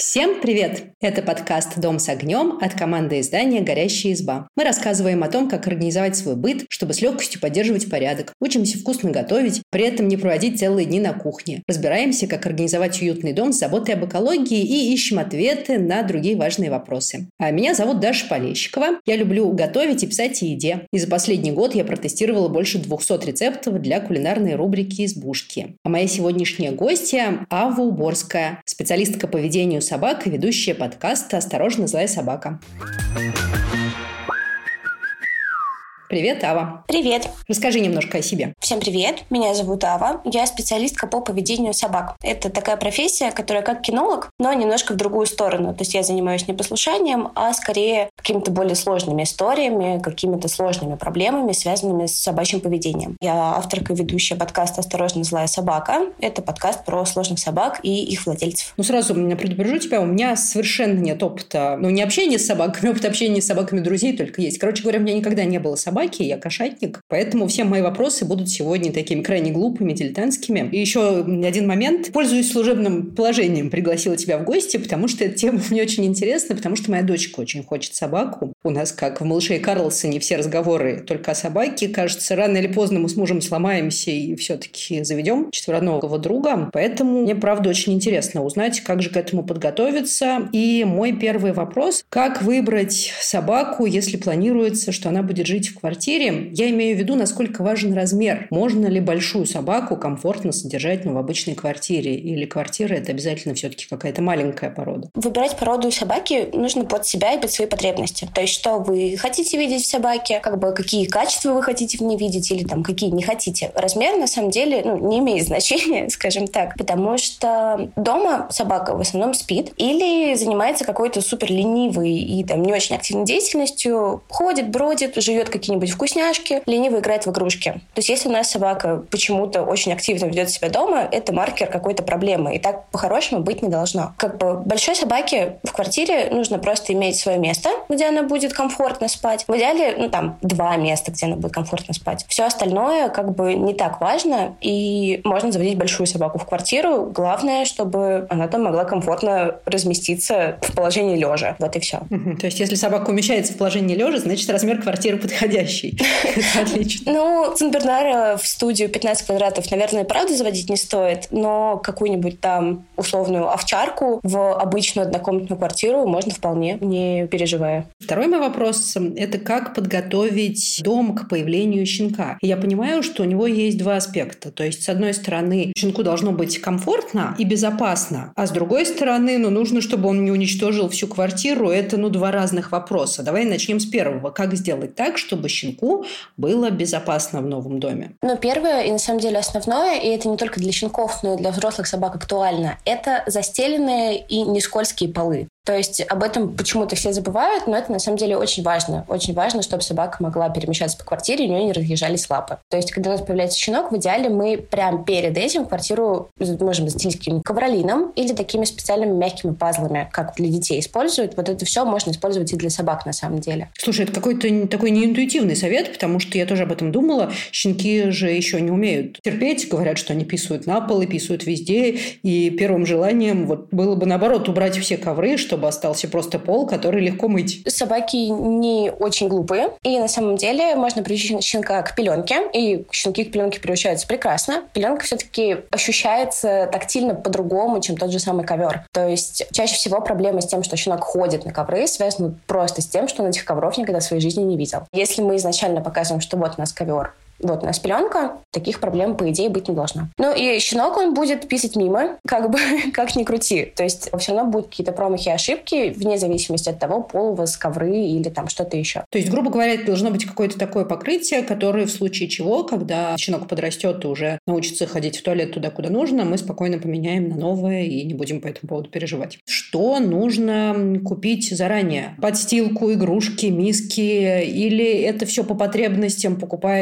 Всем привет! Это подкаст «Дом с огнем» от команды издания «Горящая изба». Мы рассказываем о том, как организовать свой быт, чтобы с легкостью поддерживать порядок. Учимся вкусно готовить, при этом не проводить целые дни на кухне. Разбираемся, как организовать уютный дом с заботой об экологии и ищем ответы на другие важные вопросы. А меня зовут Даша Полещикова. Я люблю готовить и писать о еде. И за последний год я протестировала больше 200 рецептов для кулинарной рубрики «Избушки». А моя сегодняшняя гостья – Ава Уборская, специалистка по ведению собак и ведущая подкаста «Осторожно, злая собака». Привет, Ава. Привет. Расскажи немножко о себе. Всем привет. Меня зовут Ава. Я специалистка по поведению собак. Это такая профессия, которая как кинолог, но немножко в другую сторону. То есть я занимаюсь не послушанием, а скорее какими-то более сложными историями, какими-то сложными проблемами, связанными с собачьим поведением. Я авторка и ведущая подкаста «Осторожно, злая собака». Это подкаст про сложных собак и их владельцев. Сразу предупрежу тебя, у меня совершенно нет опыта, не общения с собаками, опыт общения с собаками друзей только есть. Короче говоря, у меня никогда не было собак, я кошатник, поэтому все мои вопросы будут сегодня такими крайне глупыми, дилетантскими. И еще один момент. Пользуюсь служебным положением, пригласила тебя в гости, потому что эта тема мне очень интересна, потому что моя дочка очень хочет собаку. У нас, как в «Малыше и Карлсоне», все разговоры только о собаке. Кажется, рано или поздно мы с мужем сломаемся и все-таки заведем четвероногого друга. Поэтому мне, правда, очень интересно узнать, как же к этому подготовиться. И мой первый вопрос. Как выбрать собаку, если планируется, что она будет жить в квартире? Я имею в виду, насколько важен размер. Можно ли большую собаку комфортно содержать в обычной квартире? Или квартира – это обязательно все-таки какая-то маленькая порода? Выбирать породу собаки нужно под себя и под свои потребности. То есть, что вы хотите видеть в собаке, какие качества вы хотите в ней видеть или какие не хотите. Размер, на самом деле, не имеет значения, скажем так, потому что дома собака в основном спит или занимается какой-то супер ленивой и не очень активной деятельностью, ходит, бродит, жует какие-нибудь вкусняшки, лениво играет в игрушки. То есть, если у нас собака почему-то очень активно ведет себя дома, это маркер какой-то проблемы. И так по-хорошему быть не должно. Большой собаке в квартире нужно просто иметь свое место, где она будет комфортно спать. В идеале, 2 места, где она будет комфортно спать. Все остальное не так важно, и можно заводить большую собаку в квартиру. Главное, чтобы она там могла комфортно разместиться в положении лежа. Вот и все. То есть, если собака умещается в положении лежа, значит, размер квартиры подходящий. Это отлично. Сен-Бернара в студию 15 квадратов, наверное, правда заводить не стоит, но какую-нибудь там условную овчарку в обычную однокомнатную квартиру можно вполне, не переживая. Второй мой вопрос – это как подготовить дом к появлению щенка. И я понимаю, что у него есть 2 аспекта. То есть, с одной стороны, щенку должно быть комфортно и безопасно, а с другой стороны, нужно, чтобы он не уничтожил всю квартиру. Это, 2 разных вопроса. Давай начнем с первого. Как сделать так, чтобы щенку было безопасно в новом доме? Первое и на самом деле основное, и это не только для щенков, но и для взрослых собак актуально, это застеленные и не скользкие полы. То есть об этом почему-то все забывают, но это на самом деле очень важно. Очень важно, чтобы собака могла перемещаться по квартире, и у нее не разъезжались лапы. То есть, когда у нас появляется щенок, в идеале мы прямо перед этим квартиру можем застелить каким-нибудь ковролином или такими специальными мягкими пазлами, как для детей используют. Вот это все можно использовать и для собак на самом деле. Слушай, это какой-то такой неинтуитивный совет, потому что я тоже об этом думала. Щенки же еще не умеют терпеть, говорят, что они писают на пол и писают везде, и первым желанием было бы, наоборот, убрать все ковры, чтобы остался просто пол, который легко мыть. Собаки не очень глупые, и на самом деле можно приучить щенка к пеленке, и щенки к пеленке приучаются прекрасно. Пеленка все-таки ощущается тактильно по-другому, чем тот же самый ковер. То есть чаще всего проблема с тем, что щенок ходит на ковры, связана просто с тем, что он этих ковров никогда в своей жизни не видел. Если мы изначально показываем, что вот у нас ковер, вот у нас пеленка, таких проблем, по идее, быть не должно. И щенок, он будет писать мимо, как ни крути. То есть все равно будут какие-то промахи и ошибки, вне зависимости от того, пол у вас, ковры или что-то еще. То есть, грубо говоря, это должно быть какое-то такое покрытие, которое в случае чего, когда щенок подрастет и уже научится ходить в туалет туда, куда нужно, мы спокойно поменяем на новое и не будем по этому поводу переживать. Что нужно купить заранее? Подстилку, игрушки, миски? Или это все по потребностям покупается уже?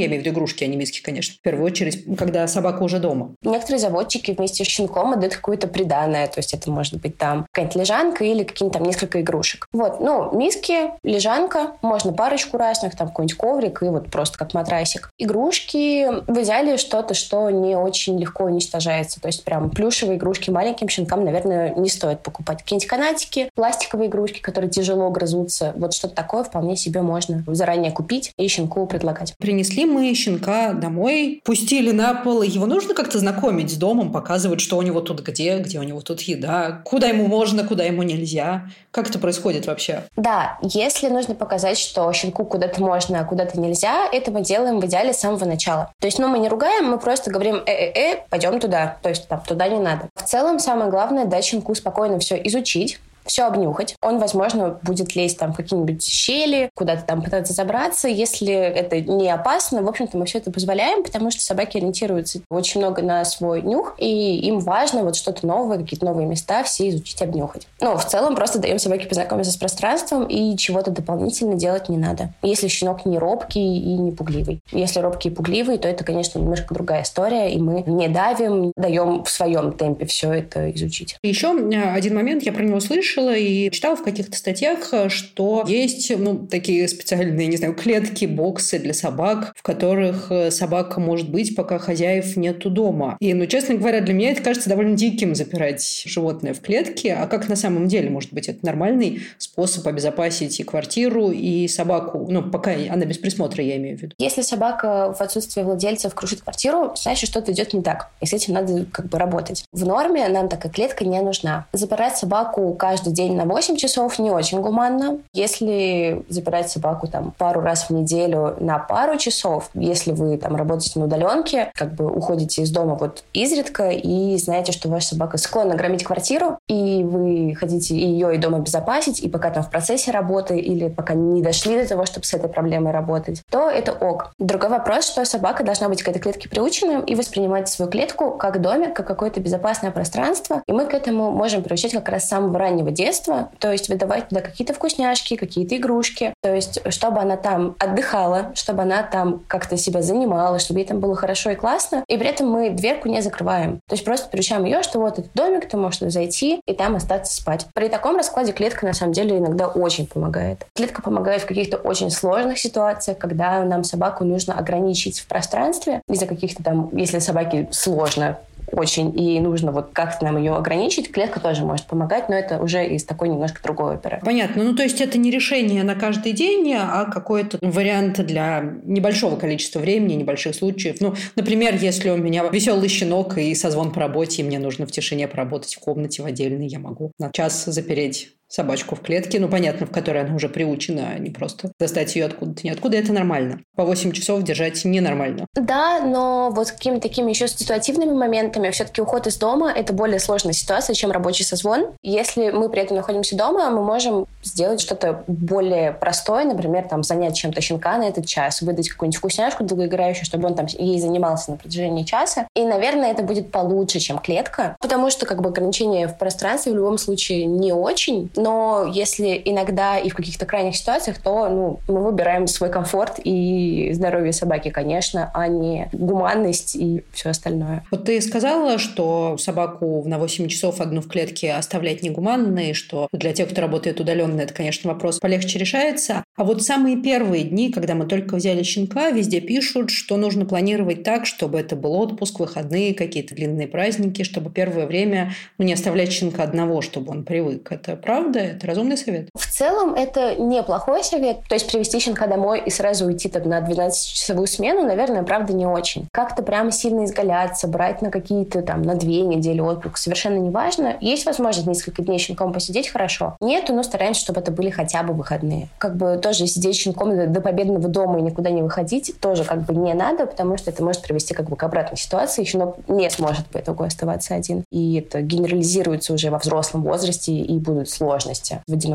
я имею в виду игрушки, а не миски, конечно. В первую очередь, когда собака уже дома. Некоторые заводчики вместе с щенком отдают какое-то приданое, то есть это может быть там какая-нибудь лежанка или какие-нибудь там несколько игрушек. Вот, миски, лежанка, можно парочку разных, там какой-нибудь коврик и вот просто как матрасик. Игрушки, в идеале что-то, что не очень легко уничтожается, то есть прям плюшевые игрушки маленьким щенкам, наверное, не стоит покупать. Какие-нибудь канатики, пластиковые игрушки, которые тяжело грызутся, вот что-то такое вполне себе можно заранее купить и щенку предлагать. Принесли мы щенка домой, пустили на пол, его нужно как-то знакомить с домом, показывать, что у него тут где у него тут еда, куда ему можно, куда ему нельзя. Как это происходит вообще? Да, если нужно показать, что щенку куда-то можно, а куда-то нельзя, это мы делаем в идеале с самого начала. То есть, мы не ругаем, мы просто говорим пойдем туда. То есть, туда не надо. В целом, самое главное дать щенку спокойно все изучить, все обнюхать. Он, возможно, будет лезть там в какие-нибудь щели, куда-то там пытаться забраться. Если это не опасно, в общем-то, мы все это позволяем, потому что собаки ориентируются очень много на свой нюх, и им важно вот что-то новое, какие-то новые места все изучить, обнюхать. В целом, просто даем собаке познакомиться с пространством, и чего-то дополнительно делать не надо. Если щенок не робкий и не пугливый. Если робкий и пугливый, то это, конечно, немножко другая история, и мы не давим, даем в своем темпе все это изучить. Еще один момент, я про него слышала и читала в каких-то статьях, что есть такие специальные, не знаю, клетки, боксы для собак, в которых собака может быть, пока хозяев нету дома. И, честно говоря, для меня это кажется довольно диким запирать животное в клетке. А как на самом деле? Может быть, это нормальный способ обезопасить и квартиру, и собаку, пока она без присмотра, я имею в виду. Если собака в отсутствии владельцев крушит квартиру, значит, что-то идет не так. И с этим надо работать. В норме нам такая клетка не нужна. Запирать собаку каждый день на 8 часов не очень гуманно. Если запирать собаку пару раз в неделю на пару часов, если вы работаете на удаленке, уходите из дома изредка и знаете, что ваша собака склонна громить квартиру, и вы хотите ее и дом обезопасить, и пока в процессе работы или пока не дошли до того, чтобы с этой проблемой работать, то это ок. Другой вопрос, что собака должна быть к этой клетке приучена и воспринимать свою клетку как домик, как какое-то безопасное пространство, и мы к этому можем приучать как раз с самого раннего детства, то есть выдавать туда какие-то вкусняшки, какие-то игрушки, то есть чтобы она там отдыхала, чтобы она там как-то себя занимала, чтобы ей там было хорошо и классно, и при этом мы дверку не закрываем. То есть просто приучаем ее, что вот этот домик, ты можешь туда зайти и там остаться спать. При таком раскладе клетка на самом деле иногда очень помогает. Клетка помогает в каких-то очень сложных ситуациях, когда нам собаку нужно ограничить в пространстве из-за каких-то если собаке сложно очень, и нужно как-то нам ее ограничить, клетка тоже может помогать, но это уже из такой немножко другой оперы. Понятно. То есть это не решение на каждый день, а какой-то вариант для небольшого количества времени, небольших случаев. Например, если у меня веселый щенок и созвон по работе, и мне нужно в тишине поработать в комнате в отдельной, я могу на час запереть собачку в клетке, понятно, в которой она уже приучена, а не просто достать ее откуда-то ниоткуда, это нормально. По 8 часов держать ненормально. Да, но какими-то такими еще ситуативными моментами все-таки уход из дома – это более сложная ситуация, чем рабочий созвон. Если мы при этом находимся дома, мы можем сделать что-то более простое, например, занять чем-то щенка на этот час, выдать какую-нибудь вкусняшку долгоиграющую, чтобы он ей занимался на протяжении часа. И, наверное, это будет получше, чем клетка, потому что ограничения в пространстве в любом случае не очень. Но если иногда и в каких-то крайних ситуациях, то мы выбираем свой комфорт и здоровье собаки, конечно, а не гуманность и все остальное. Вот ты сказала, что собаку на 8 часов одну в клетке оставлять негуманно, и что для тех, кто работает удаленно, это, конечно, вопрос полегче решается. А самые первые дни, когда мы только взяли щенка, везде пишут, что нужно планировать так, чтобы это был отпуск, выходные, какие-то длинные праздники, чтобы первое время не оставлять щенка одного, чтобы он привык. Это правда? Это разумный совет? В целом, это неплохой совет. То есть привезти щенка домой и сразу уйти на 12-часовую смену, наверное, правда, не очень. Как-то прямо сильно изгаляться, брать на какие-то на 2 недели отпуск, совершенно не важно. Есть возможность несколько дней с щенком посидеть, хорошо. Нету, но стараемся, чтобы это были хотя бы выходные. Тоже сидеть с щенком до победного дома и никуда не выходить тоже не надо, потому что это может привести к обратной ситуации. Щенок не сможет по итогу оставаться один. И это генерализируется уже во взрослом возрасте, и будут сложности в одиночестве у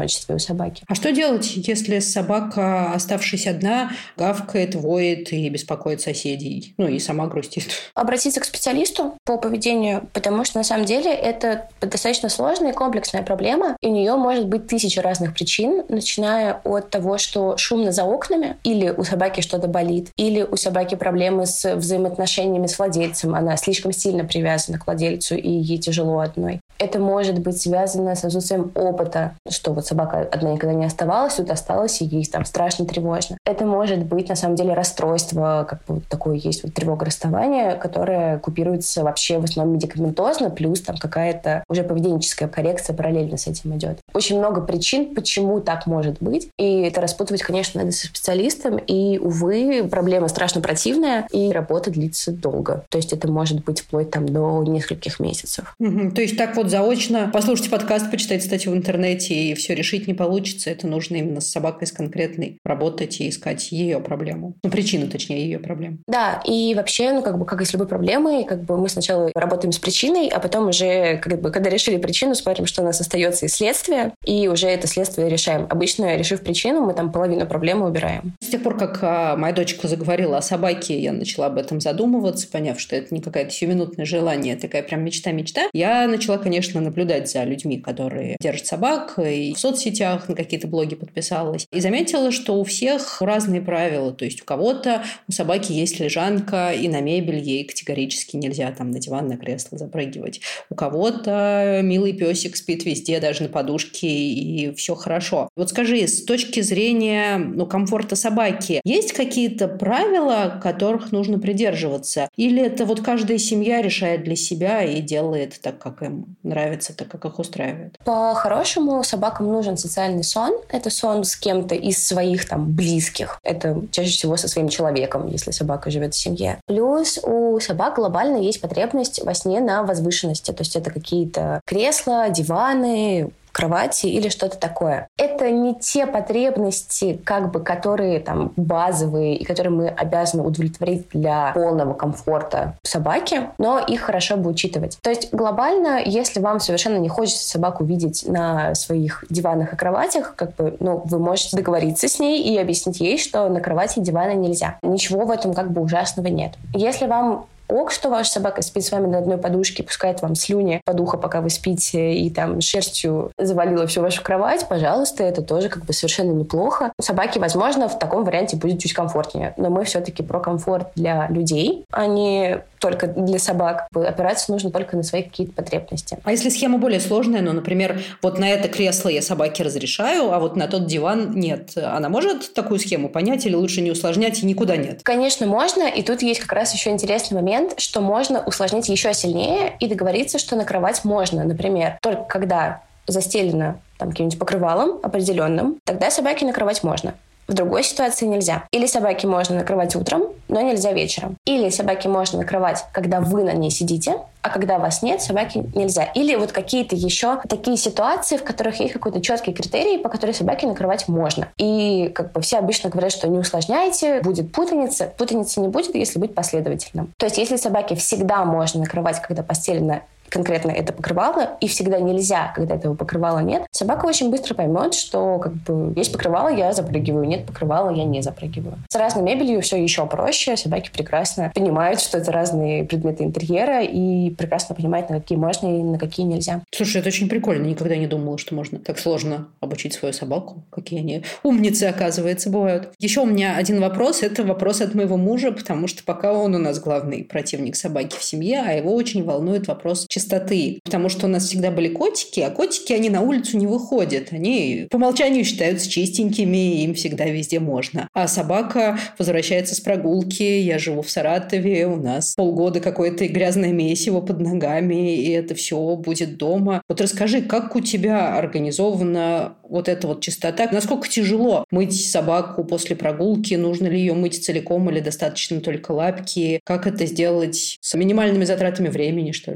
собаки. А что делать, если собака, оставшись одна, гавкает, воет и беспокоит соседей? И сама грустит. Обратиться к специалисту по поведению, потому что на самом деле это достаточно сложная и комплексная проблема, и у нее может быть 1000 разных причин, начиная от того, что шумно за окнами, или у собаки что-то болит, или у собаки проблемы с взаимоотношениями с владельцем, она слишком сильно привязана к владельцу, и ей тяжело одной. Это может быть связано с отсутствием опыта, что вот собака одна никогда не оставалась, тут осталась, и ей там страшно, тревожно. Это может быть, на самом деле, расстройство, как бы такое есть вот тревога расставания, которая купируется вообще в основном медикаментозно, плюс там какая-то уже поведенческая коррекция параллельно с этим идет. Очень много причин, почему так может быть, и это распутывать, конечно, надо со специалистом, и, увы, проблема страшно противная, и работа длится долго. То есть это может быть вплоть там до нескольких месяцев. То есть так вот заочно послушайте подкаст, почитайте статью в интернете, и все решить не получится. Это нужно именно с собакой, с конкретной, работать и искать ее проблему. Причину, точнее, ее проблему. Да, и вообще, как и с любой проблемой, мы сначала работаем с причиной, а потом уже, когда решили причину, смотрим, что у нас остается из следствия, и уже это следствие решаем. Обычно, решив причину, мы там половину проблемы убираем. С тех пор, как моя дочка заговорила о собаке, я начала об этом задумываться, поняв, что это не какое-то сиюминутное желание, а такая прям мечта-мечта. Я начала, конечно, наблюдать за людьми, которые держат собак, и в соцсетях на какие-то блоги подписалась. И заметила, что у всех разные правила. То есть у собаки есть лежанка, и на мебель ей категорически нельзя там на диван, на кресло запрыгивать. У кого-то милый песик спит везде, даже на подушке, и все хорошо. Вот скажи, с точки зрения комфорта собаки, есть какие-то правила, которых нужно придерживаться? Или это вот каждая семья решает для себя и делает так, как им нравится, так, как их устраивает? По-хорошему, собакам нужен социальный сон. Это сон с кем-то из своих там близких. Это чаще всего со своим человеком, если собака живет в семье. Плюс у собак глобально есть потребность во сне на возвышенности. То есть это какие-то кресла, диваны, кровати или что-то такое. Это не те потребности, которые там базовые и которые мы обязаны удовлетворить для полного комфорта собаки, но их хорошо бы учитывать. То есть глобально, если вам совершенно не хочется собаку видеть на своих диванах и кроватях, вы можете договориться с ней и объяснить ей, что на кровати и дивана нельзя. Ничего в этом ужасного нет. Если вам что ваша собака спит с вами на одной подушке, пускает вам слюни под ухо, пока вы спите, и там шерстью завалила всю вашу кровать, пожалуйста, это тоже совершенно неплохо. У собаки, возможно, в таком варианте будет чуть комфортнее, но мы все-таки про комфорт для людей, а не только для собак. Опираться нужно только на свои какие-то потребности. А если схема более сложная, например, вот на это кресло я собаке разрешаю, а вот на тот диван нет, она может такую схему понять или лучше не усложнять и никуда нет? Конечно, можно, и тут есть как раз еще интересный момент, что можно усложнить еще сильнее и договориться, что на кровать можно, например, только когда застелено каким-нибудь покрывалом определенным, тогда собаке на кровать можно. В другой ситуации нельзя. Или собаке можно накрывать утром, но нельзя вечером. Или собаке можно накрывать, когда вы на ней сидите, а когда вас нет, собаке нельзя. Или вот какие-то еще такие ситуации, в которых есть какой-то четкий критерий, по которой собаке накрывать можно. И все обычно говорят, что не усложняйте, будет путаница. Путаницы не будет, если быть последовательным. То есть если собаке всегда можно накрывать, когда постелено конкретно это покрывало, и всегда нельзя, когда этого покрывала нет, собака очень быстро поймет, что есть покрывало, я запрыгиваю, нет покрывала, я не запрыгиваю. С разной мебелью все еще проще. Собаки прекрасно понимают, что это разные предметы интерьера, и прекрасно понимают, на какие можно и на какие нельзя. Слушай, это очень прикольно. Никогда не думала, что можно так сложно обучить свою собаку. Какие они умницы, оказывается, бывают. Еще у меня один вопрос. Это вопрос от моего мужа, потому что пока он у нас главный противник собаки в семье, а его очень волнует вопрос чистоты. Потому что у нас всегда были котики, а котики, они на улицу не выходят. Они по умолчанию считаются чистенькими, и им всегда везде можно. А собака возвращается с прогулки. Я живу в Саратове, у нас полгода какое-то грязное месиво под ногами, и это все будет дома. Вот расскажи, как у тебя организована вот эта вот чистота? Насколько тяжело мыть собаку после прогулки? Нужно ли ее мыть целиком или достаточно только лапки? Как это сделать с минимальными затратами времени, что ли? На самом деле,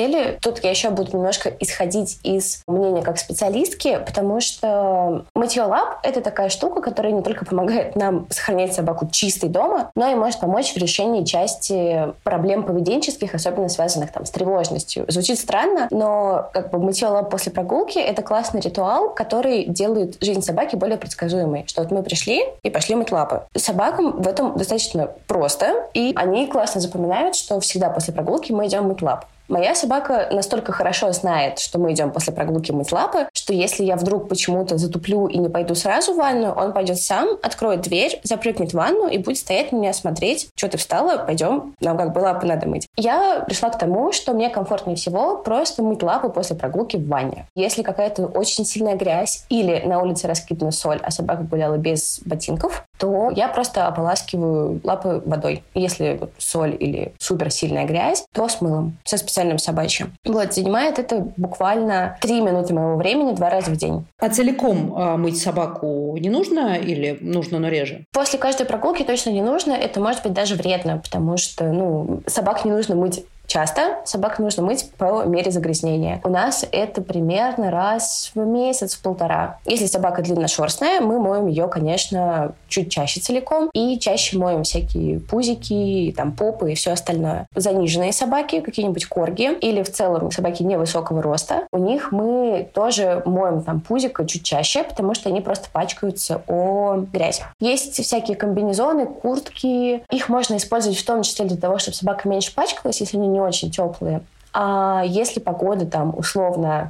деле, тут я еще буду немножко исходить из мнения как специалистки, потому что мытье лап — это такая штука, которая не только помогает нам сохранять собаку чистой дома, но и может помочь в решении части проблем поведенческих, особенно связанных там с тревожностью. Звучит странно, но как бы мытье лап после прогулки — это классный ритуал, который делает жизнь собаки более предсказуемой. Что вот мы пришли и пошли мыть лапы. Собакам в этом достаточно просто, и они классно запоминают, что всегда после прогулки мы идем мыть лапы. Моя собака настолько хорошо знает, что мы идем после прогулки мыть лапы, что если я вдруг почему-то затуплю и не пойду сразу в ванную, он пойдет сам, откроет дверь, запрыгнет в ванну и будет стоять на меня смотреть. Что ты встала? Пойдем, нам как бы лапы надо мыть. Я пришла к тому, что мне комфортнее всего просто мыть лапы после прогулки в ванне. Если какая-то очень сильная грязь или на улице раскидана соль, а собака гуляла без ботинков, то я просто ополаскиваю лапы водой. Если соль или суперсильная грязь, то с мылом, со специальным собачьим. Вот, занимает это буквально 3 минуты моего времени 2 раза в день. А целиком мыть собаку не нужно или нужно, но реже? После каждой прогулки точно не нужно. Это может быть даже вредно, потому что, собак не нужно мыть часто, собак нужно мыть по мере загрязнения. У нас это примерно раз в месяц, в 1,5. Если собака длинношерстная, мы моем ее, конечно, чуть чаще целиком. И чаще моем всякие пузики, там, попы и все остальное. Заниженные собаки, какие-нибудь корги, или в целом собаки невысокого роста, у них мы тоже моем там пузико чуть чаще, потому что они просто пачкаются о грязь. Есть всякие комбинезоны, куртки. Их можно использовать в том числе для того, чтобы собака меньше пачкалась, если они не очень теплые. А если погода там условно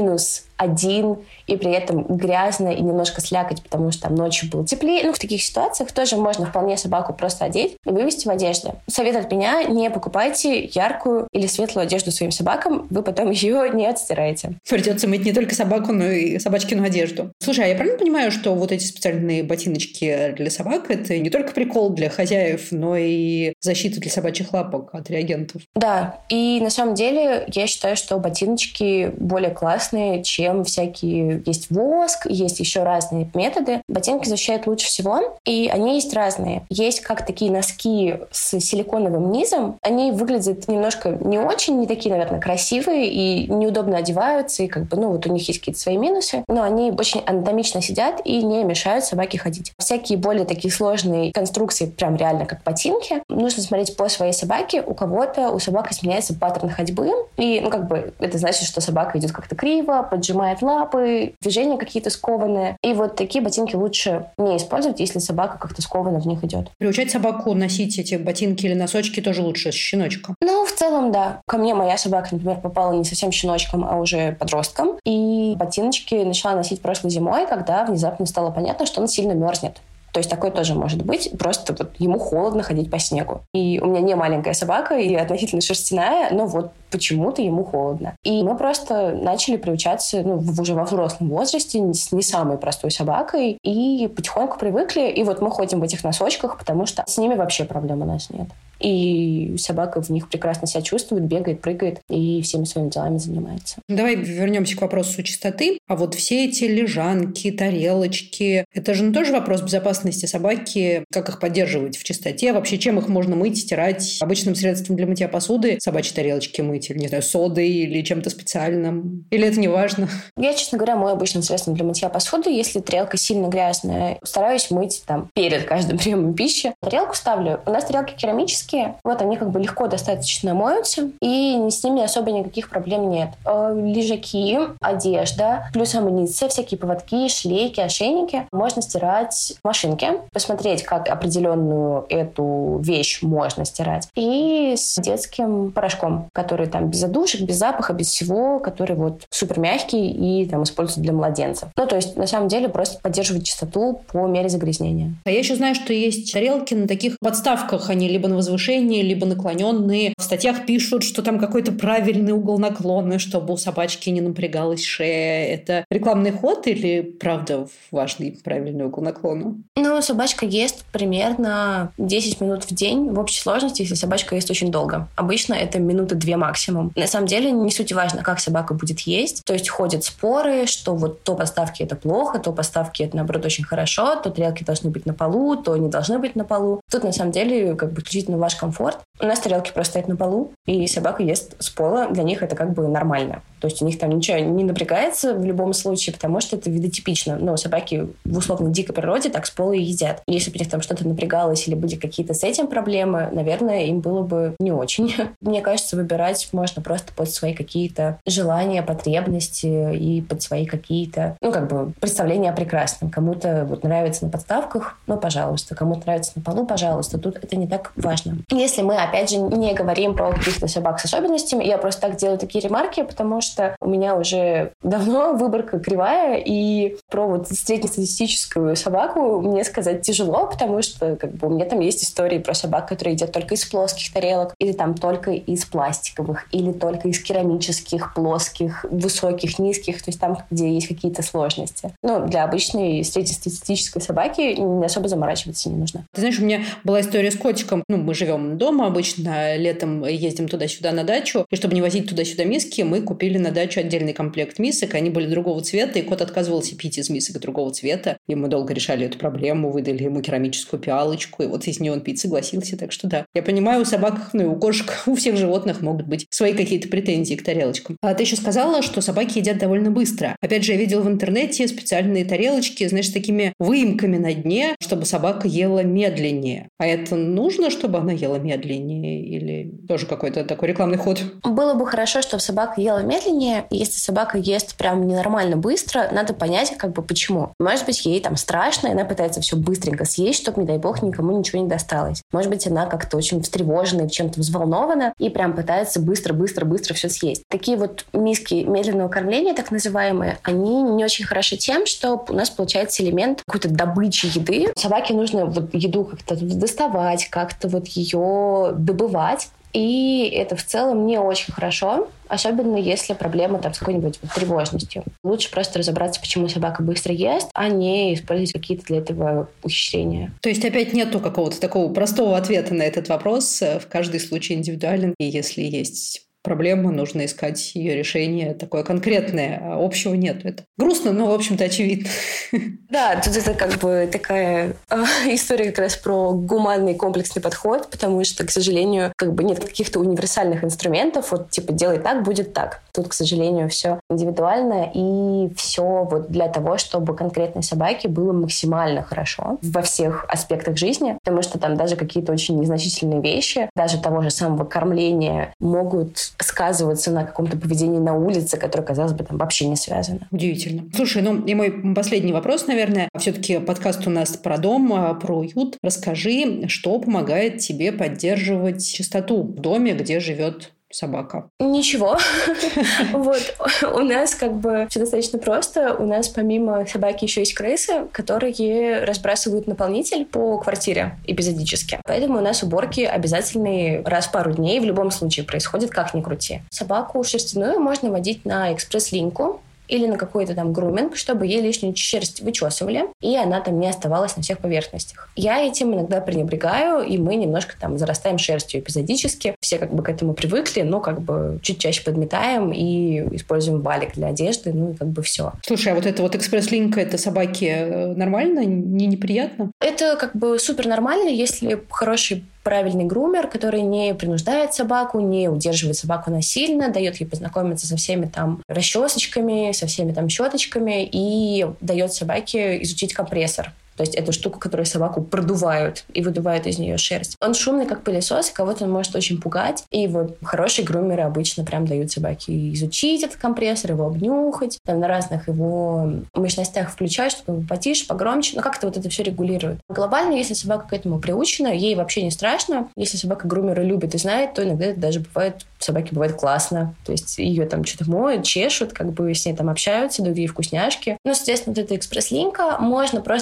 -1, и при этом грязно и немножко слякоть, потому что там ночью было теплее, в таких ситуациях тоже можно вполне собаку просто одеть и вывести в одежде. Совет от меня: не покупайте яркую или светлую одежду своим собакам, вы потом ее не отстираете. Придется мыть не только собаку, но и собачкину одежду. Слушай, а я правильно понимаю, что вот эти специальные ботиночки для собак — это не только прикол для хозяев, но и защита для собачьих лапок от реагентов? Да, и на самом деле я считаю, что ботиночки более классные, чем всякие... Есть воск, есть еще разные методы. Ботинки защищают лучше всего, и они есть разные. Есть как такие носки с силиконовым низом. Они выглядят немножко не очень, не такие, наверное, красивые и неудобно одеваются, и вот у них есть какие-то свои минусы, но они очень анатомично сидят и не мешают собаке ходить. Всякие более такие сложные конструкции, прям реально как ботинки, нужно смотреть по своей собаке. У кого-то, у собак изменяется паттерн ходьбы, и это значит, что собака идет как-то криво, поджимает лапы, движения какие-то скованные. И вот такие ботинки лучше не использовать, если собака как-то скованно в них идет. Приучать собаку носить эти ботинки или носочки тоже лучше с щеночком? В целом, да. Ко мне моя собака, например, попала не совсем щеночком, а уже подростком. И ботиночки начала носить прошлой зимой, когда внезапно стало понятно, что он сильно мерзнет. То есть такое тоже может быть. Просто ему холодно ходить по снегу. И у меня не маленькая собака и относительно шерстяная, но почему-то ему холодно. И мы просто начали приучаться уже во взрослом возрасте с не самой простой собакой. И потихоньку привыкли. И мы ходим в этих носочках, потому что с ними вообще проблем у нас нет. И собака в них прекрасно себя чувствует, бегает, прыгает и всеми своими делами занимается. Давай вернемся к вопросу чистоты. А вот все эти лежанки, тарелочки, это же тоже вопрос безопасности собаки, как их поддерживать в чистоте, вообще чем их можно мыть, стирать, обычным средством для мытья посуды, собачьи тарелочки мыть, или, не знаю, содой или чем-то специальным, или это не важно? Я, честно говоря, мою обычным средством для мытья посуды, если тарелка сильно грязная, стараюсь мыть перед каждым приемом пищи. Тарелку ставлю. У нас тарелки керамические, они легко достаточно моются, и с ними особо никаких проблем нет. Лежаки, одежда, плюс амуниция, всякие поводки, шлейки, ошейники можно стирать в машинке, посмотреть, как определенную эту вещь можно стирать, и с детским порошком, который без задушек, без запаха, без всего, который супер мягкий и используется для младенцев. То есть, на самом деле, просто поддерживать чистоту по мере загрязнения. А я еще знаю, что есть тарелки на таких подставках, они либо на возвышении, либо наклоненные. В статьях пишут, что там какой-то правильный угол наклона, чтобы у собачки не напрягалась шея. Это рекламный ход или, правда, важный правильный угол наклона? Собачка ест примерно 10 минут в день в общей сложности, если собачка ест очень долго. Обычно это 1-2 минуты максимум. максимум. На самом деле не суть важно, как собака будет есть. То есть ходят споры, что вот то подставки это плохо, то подставки это, наоборот, очень хорошо, то тарелки должны быть на полу, то не должны быть на полу. Тут, на самом деле, как бы исключительно ваш комфорт. У нас тарелки просто стоят на полу, и собака ест с пола. Для них это как бы нормально. То есть у них там ничего не напрягается в любом случае, потому что это видотипично. Но собаки в условно дикой природе так с пола и едят. Если бы у них там что-то напрягалось или были какие-то с этим проблемы, наверное, им было бы не очень. Мне кажется, выбирать можно просто под свои какие-то желания, потребности и под свои какие-то, представления о прекрасном. Кому-то вот нравится на подставках, пожалуйста. Кому-то нравится на полу, пожалуйста. Тут это не так важно. Если мы, опять же, не говорим про каких-то собак с особенностями, я просто так делаю такие ремарки, потому что у меня уже давно выборка кривая, и про вот среднестатистическую собаку мне сказать тяжело, потому что у меня там есть истории про собак, которые едят только из плоских тарелок, или там только из пластиковых, или только из керамических, плоских, высоких, низких, то есть там, где есть какие-то сложности. Для обычной среднестатистической собаки не особо заморачиваться не нужно. Ты знаешь, у меня была история с котиком. Мы живем дома обычно, летом ездим туда-сюда на дачу, и чтобы не возить туда-сюда миски, мы купили на дачу отдельный комплект мисок, они были другого цвета, и кот отказывался пить из мисок другого цвета, и мы долго решали эту проблему, выдали ему керамическую пиалочку, и вот из нее он пить согласился, так что да. Я понимаю, у собак, и у кошек, у всех животных могут быть свои какие-то претензии к тарелочкам. А ты еще сказала, что собаки едят довольно быстро. Опять же, я видела в интернете специальные тарелочки, знаешь, с такими выемками на дне, чтобы собака ела медленнее. А это нужно, чтобы она ела медленнее? Или тоже какой-то такой рекламный ход? Было бы хорошо, чтобы собака ела медленнее. Если собака ест прям ненормально быстро, надо понять, почему. Может быть, ей там страшно, и она пытается все быстренько съесть, чтобы, не дай бог, никому ничего не досталось. Может быть, она как-то очень встревожена, чем-то взволнована, и прям пытается быстро-быстро-быстро все съесть. Такие вот миски медленного кормления, так называемые, они не очень хороши тем, что у нас получается элемент какой-то добычи еды. Собаке нужно еду как-то доставать, как-то ее добывать. И это в целом не очень хорошо, особенно если проблема с какой-нибудь тревожностью. Лучше просто разобраться, почему собака быстро ест, а не использовать какие-то для этого ухищрения. То есть опять нету какого-то такого простого ответа на этот вопрос. В каждый случай индивидуален. И если есть проблема, нужно искать ее решение такое конкретное, а общего нет. Это грустно, но, в общем-то, очевидно. Да, тут это такая история как раз про гуманный комплексный подход, потому что, к сожалению, нет каких-то универсальных инструментов, делай так, будет так. Тут, к сожалению, все индивидуально, и все для того, чтобы конкретной собаке было максимально хорошо во всех аспектах жизни, потому что там даже какие-то очень незначительные вещи, даже того же самого кормления могут сказываться на каком-то поведении на улице, которое, казалось бы, там вообще не связано. Удивительно. Слушай, и мой последний вопрос, наверное. Все-таки подкаст у нас про дом, про уют. Расскажи, что помогает тебе поддерживать чистоту в доме, где живет собака? Ничего. У нас все достаточно просто. У нас помимо собаки еще есть крысы, которые разбрасывают наполнитель по квартире эпизодически. Поэтому у нас уборки обязательные раз в пару дней в любом случае происходят, как ни крути. Собаку шерстяную можно водить на экспресс-линьку или на какой-то груминг, чтобы ей лишнюю шерсть вычесывали, и она не оставалась на всех поверхностях. Я этим иногда пренебрегаю, и мы немножко зарастаем шерстью эпизодически. Все к этому привыкли, но чуть чаще подметаем и используем валик для одежды, и все. Слушай, а эта экспресс-линька, это собаке нормально, не неприятно? Это супер нормально, если хороший правильный грумер, который не принуждает собаку, не удерживает собаку насильно, дает ей познакомиться со всеми расчесочками, со всеми щеточками и дает собаке изучить компрессор. То есть это штука, которую собаку продувают и выдувают из нее шерсть. Он шумный, как пылесос, и кого-то он может очень пугать. И хорошие грумеры обычно прям дают собаке изучить этот компрессор, его обнюхать, на разных его мощностях включать, чтобы он потише, погромче. Как-то это все регулирует. Глобально, если собака к этому приучена, ей вообще не страшно. Если собака грумера любит и знает, то иногда это даже собаке бывает классно. То есть ее что-то моют, чешут, с ней общаются, дают ей вкусняшки. Соответственно, эта экспресс-линька можно просто вычесывать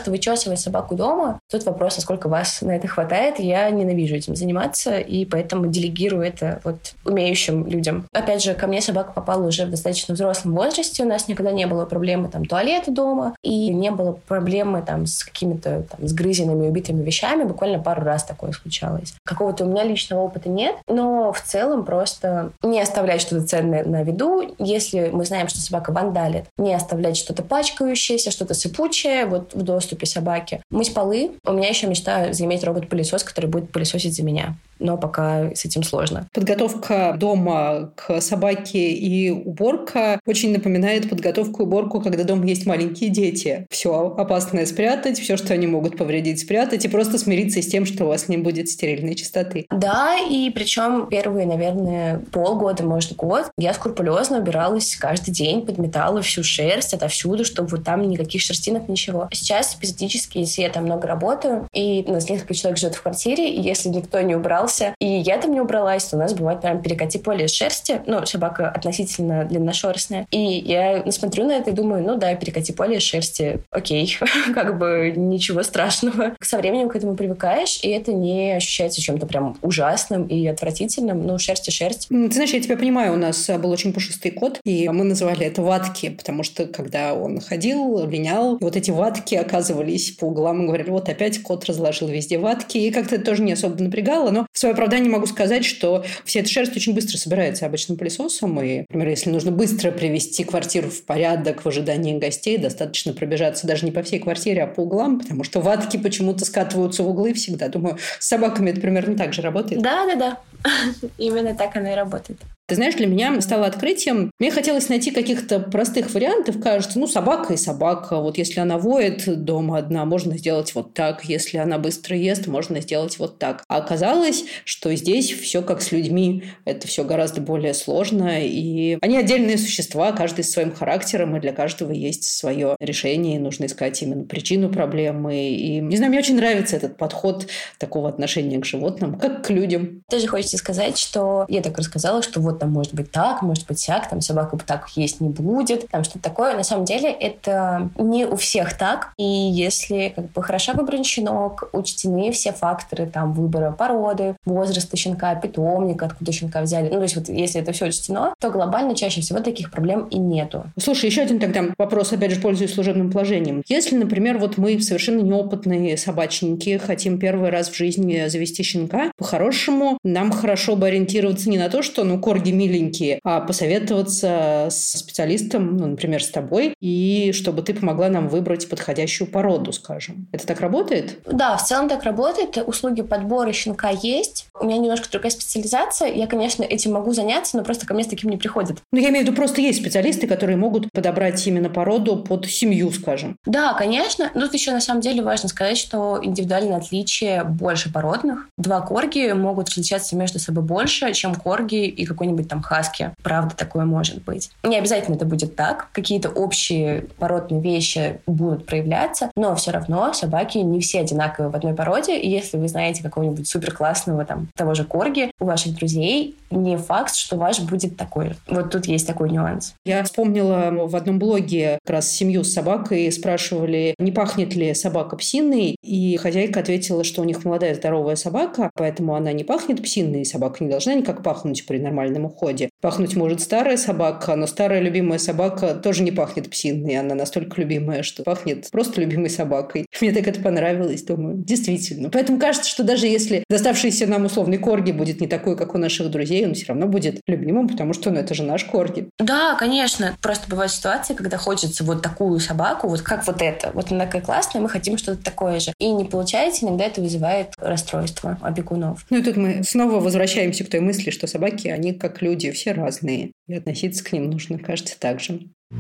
выращивать собаку дома, тут вопрос, насколько вас на это хватает. Я ненавижу этим заниматься, и поэтому делегирую это вот умеющим людям. Опять же, ко мне собака попала уже в достаточно взрослом возрасте. У нас никогда не было проблемы там туалета дома, и не было проблемы там с какими-то там сгрызенными, убитыми вещами. Буквально пару раз такое случалось. Какого-то у меня личного опыта нет, но в целом просто не оставлять что-то ценное на виду. Если мы знаем, что собака вандалит, не оставлять что-то пачкающееся, что-то сыпучее вот в доступе собаки. Мыть полы. У меня еще мечта заиметь робот-пылесос, который будет пылесосить за меня. Но пока с этим сложно. Подготовка дома к собаке и уборка очень напоминает подготовку и уборку, когда дома есть маленькие дети. Все опасное спрятать, все, что они могут повредить, спрятать, и просто смириться с тем, что у вас не будет стерильной чистоты. Да, и причем первые, наверное, полгода, может, год, я скрупулезно убиралась каждый день, подметала всю шерсть отовсюду, чтобы вот там никаких шерстинок, ничего. Сейчас эпизодически, если я там много работаю, и у нас несколько человек живет в квартире, и если никто не убрался, и я там не убралась, то у нас бывает прям перекати поле шерсти. Ну, собака относительно длинношерстная. И я смотрю на это и думаю, ну да, перекати поле шерсти, окей, как бы ничего страшного. Со временем к этому привыкаешь, и это не ощущается чем-то прям ужасным и отвратительным. Ну, шерсть и шерсть. Ты знаешь, я тебя понимаю, у нас был очень пушистый кот, и мы называли это ватки, потому что когда он ходил, линял, вот эти ватки оказывались по углам и говорили, вот опять кот разложил везде ватки, и как-то это тоже не особо напрягало, но в свое оправдание могу сказать, что вся эта шерсть очень быстро собирается обычным пылесосом, и, например, если нужно быстро привести квартиру в порядок в ожидании гостей, достаточно пробежаться даже не по всей квартире, а по углам, потому что ватки почему-то скатываются в углы всегда. Думаю, с собаками это примерно так же работает. Да. Именно так оно и работает. Ты знаешь, для меня стало открытием. Мне хотелось найти каких-то простых вариантов. Кажется, ну, собака и собака. Вот если она воет дома одна, можно сделать вот так. Если она быстро ест, можно сделать вот так. А оказалось, что здесь все как с людьми. Это все гораздо более сложно. И они отдельные существа, каждый с своим характером, и для каждого есть свое решение. И нужно искать именно причину проблемы. И, не знаю, мне очень нравится этот подход такого отношения к животным, как к людям. Тоже хочется сказать, что я так рассказала, что вот там может быть так, может быть сяк, там собака так есть не будет, там что-то такое. На самом деле это не у всех так. И если как бы хорошо выбран щенок, учтены все факторы там выбора породы, возраста щенка, питомника, откуда щенка взяли. Ну, то есть вот если это все учтено, то глобально чаще всего таких проблем и нету. Слушай, еще один тогда вопрос, опять же, пользуясь служебным положением. Если, например, вот мы совершенно неопытные собачники, хотим первый раз в жизни завести щенка, по-хорошему нам хорошо бы ориентироваться не на то, что, ну, корги миленькие, а посоветоваться с специалистом, ну, например, с тобой, и чтобы ты помогла нам выбрать подходящую породу, скажем. Это так работает? Да, в целом так работает. Услуги подбора щенка есть. У меня немножко другая специализация. Я, конечно, этим могу заняться, но просто ко мне с таким не приходят. Ну, я имею в виду, просто есть специалисты, которые могут подобрать именно породу под семью, скажем. Да, конечно. Тут еще на самом деле важно сказать, что индивидуальные отличия больше породных. 2 корги могут различаться между собой больше, чем корги и какой-нибудь там хаски. Правда, такое может быть. Не обязательно это будет так. Какие-то общие породные вещи будут проявляться, но все равно собаки не все одинаковые в одной породе. И если вы знаете какого-нибудь суперклассного там того же корги у ваших друзей, не факт, что ваш будет такой же. Вот тут есть такой нюанс. Я вспомнила в одном блоге как раз семью с собакой, спрашивали, не пахнет ли собака псиной, и хозяйка ответила, что у них молодая здоровая собака, поэтому она не пахнет псиной, и собака не должна никак пахнуть при нормальном уходе. Пахнуть может старая собака, но старая любимая собака тоже не пахнет псиной, она настолько любимая, что пахнет просто любимой собакой. Мне так это понравилось, думаю, действительно. Поэтому кажется, что даже если доставшийся нам условный корги будет не такой, как у наших друзей, он все равно будет любимым, потому что, ну, это же наш корги. Да, конечно. Просто бывают ситуации, когда хочется вот такую собаку, вот как вот эта. Вот она такая классная, мы хотим что-то такое же. И не получается, иногда это вызывает расстройство опекунов. Ну и тут мы снова возвращаемся к той мысли, что собаки, они как люди, все разные. И относиться к ним нужно, кажется, так же.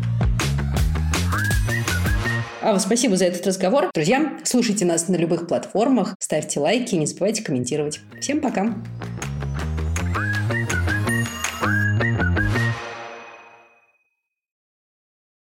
Ава, спасибо за этот разговор. Друзья, слушайте нас на любых платформах, ставьте лайки, не забывайте комментировать. Всем пока!